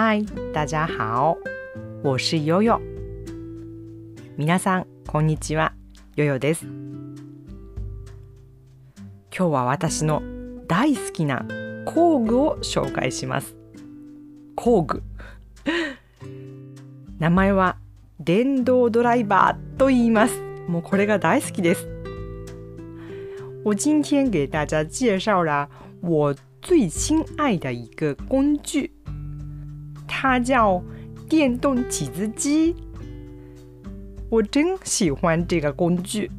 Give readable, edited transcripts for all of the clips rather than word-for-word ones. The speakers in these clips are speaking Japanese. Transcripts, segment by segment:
嗨，大家好，我是悠悠。皆さんこんにちは、ヨヨです。今日は私の大好きな工具を紹介します。工具名前は電動ドライバーと言います。もうこれが大好きです。我今天给大家介绍了我最亲爱的一个工具，它叫电动起子机。我真喜欢这个工具。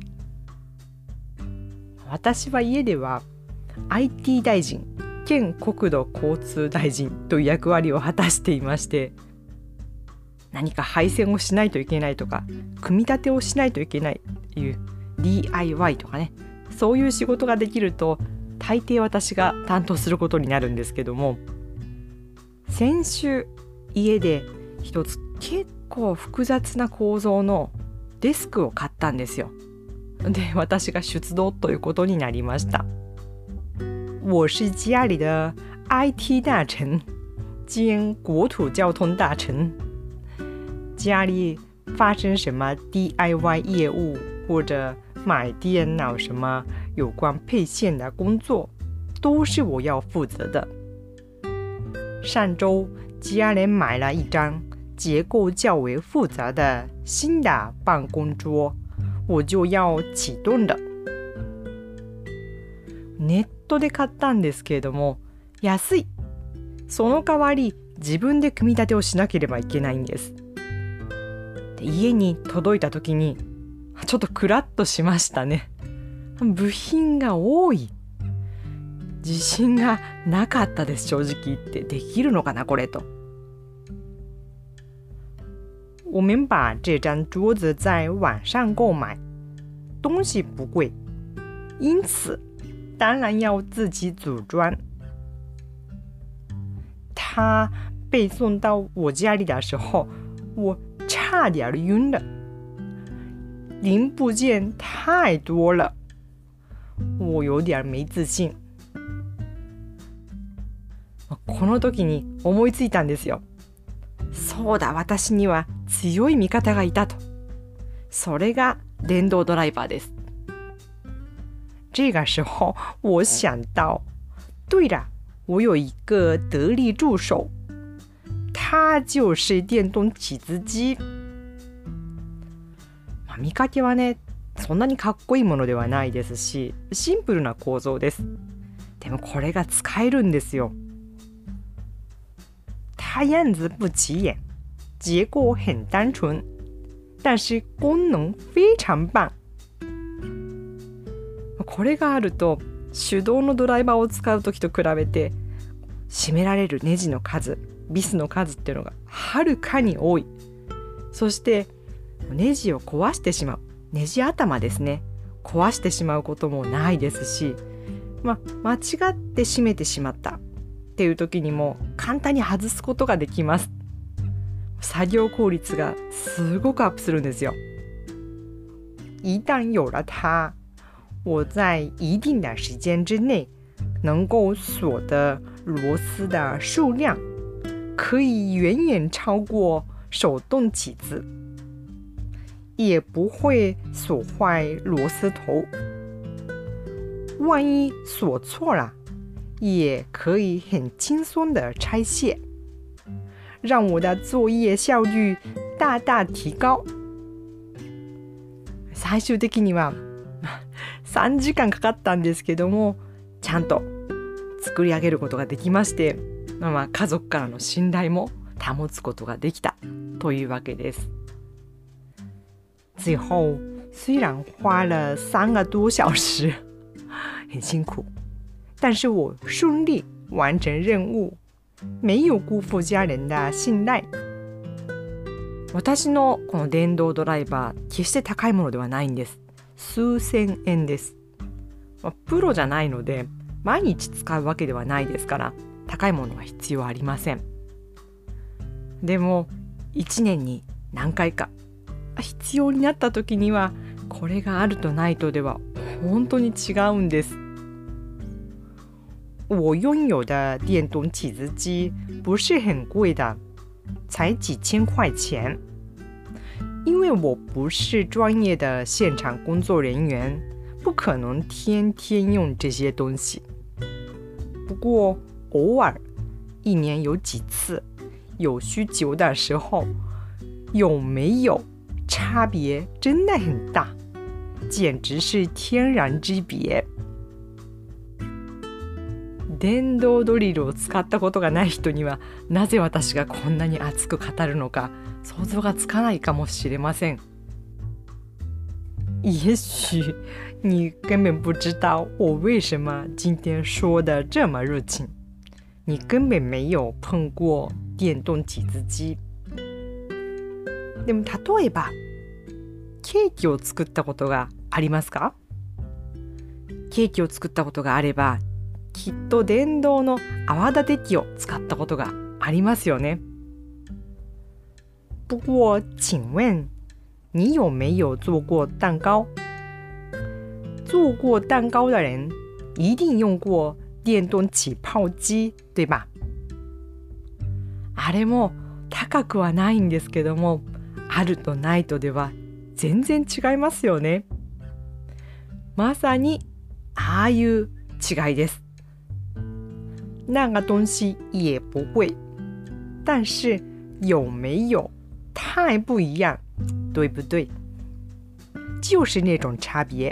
私は家では IT 大臣兼国土交通大臣という役割を果たしていまして、何か配線をしないといけないとか、組み立てをしないといけないという DIY とかね、そういう仕事ができると大抵私が担当することになるんですけども、先週家で一つ結構複雑な構造のデスクを買ったんですよ。で、私が出動ということになりました。我是家里的 IT 大臣兼国土交通大臣，家里发生什么 DIY 业务或者买电脑什么有关配线的工作，都是我要负责的。上周家人买了一张结构较为复杂的新的办公桌，我就要启動了。ネットで買ったんですけれども、安い。その代わり自分で組み立てをしなければいけないんです。で、家に届いた時にちょっとクラッとしましたね。部品が多い。自信がなかったです、正直言って。できるのかなこれと。我们把这张桌子在网上购买，东西不贵，因此当然要自己组装。它被送到我家里的时候，我差点晕了。零部件太多了，我有点没自信。この時に思いついたんですよ。そうだ、私には強い味方がいたと。それが電動ドライバーです。这个时候我想到，对了，我有一个得力助手，他就是電動起子機。見かけはね、そんなにかっこいいものではないですし、シンプルな構造です。でもこれが使えるんですよ。它样子不起眼，结构很单纯，但是功能非常棒。これがあると手動のドライバーを使うときと比べて締められるネジの数、ビスの数っていうのがはるかに多い。そしてネジを壊してしまう、ネジ頭ですね、壊してしまうこともないですし、間違って締めてしまったっていう時にも簡単に外すことができます。作業効率がすごくアップするんですよ。一旦有了它，我在一定的时间之内能够锁的螺丝的数量可以远远超过手动起子，也不会锁坏螺丝头。万一锁错了，也可以很轻松的拆卸，让我的作业效率大大提高。最終的には3時間かかったんですけども、ちゃんと作り上げることができまして、家族からの信頼も保つことができたというわけです。最後虽然花了3个多小時，很辛苦，但是我顺利完成任務，没有辜負家人的信頼。私のこの電動ドライバー、決して高いものではないんです。数千円です。プロじゃないので毎日使うわけではないですから、高いものは必要ありません。でも1年に何回か必要になった時には、これがあるとないとでは本当に違うんです。我拥有的電動起子機不是很贵的， 才几千块钱。因为我不是专业的现场工作人员，不可能天天用这些东西。不过偶尔，一年有几次有需求的时候，有没有差别真的很大，简直是天壤之別。電動ドリルを使ったことがない人には、なぜ私がこんなに熱く語るのか想像がつかないかもしれません。也许你根本不知道我为什么今天说的这么热情，你根本没有碰过電動起子機。でも例えばケーキを作ったことがありますか？ケーキを作ったことがあれば、きっと電動の泡立て器を使ったことがありますよね。不过请问你有没有做过蛋糕？做过蛋糕的人一定用过電動起泡機，对吧？あれも高くはないんですけども、あるとないとでは全然違いますよね。まさにああいう違いです。那个东西也不贵，但是有没有太不一样，对不对？就是那种差别。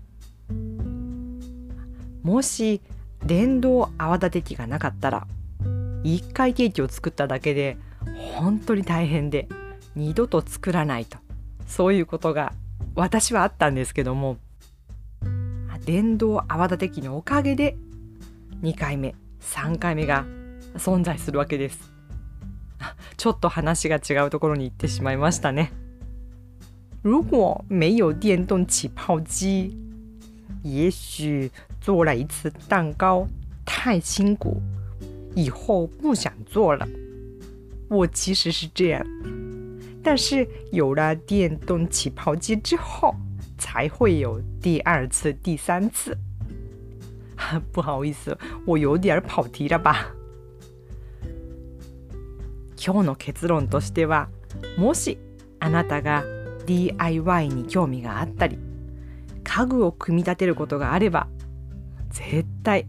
もし電動泡立て器がなかったら、1回ケーキを作っただけで本当に大変で、二度と作らないと、そういうことが私はあったんですけども、電動泡立て器のおかげで2回目3回目が存在するわけです。ちょっと話が違うところに行ってしまいましたね。如果没有電動起泡機，也許做了一次蛋糕太辛苦，以后不想做了。我其实是这样，但是有了電動起泡機之後，才会有第二次、第三次。不好意思，我有点跑題了吧。今日の結論としては、もしあなたが DIY に興味があったり、家具を組み立てることがあれば、絶対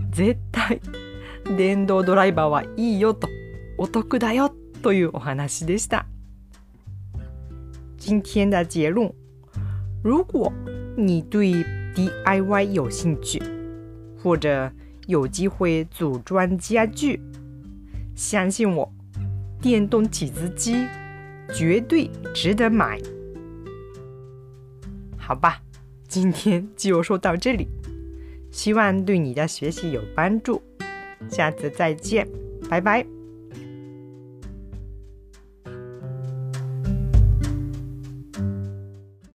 電動ドライバーはいいよと、お得だよというお話でした。今天的结论，如果你对 DIY 有兴趣，或者有机会组装家具，相信我，電動起子機绝对值得买。好吧，今天就说到这里，希望对你的学习有帮助，下次再见，拜拜。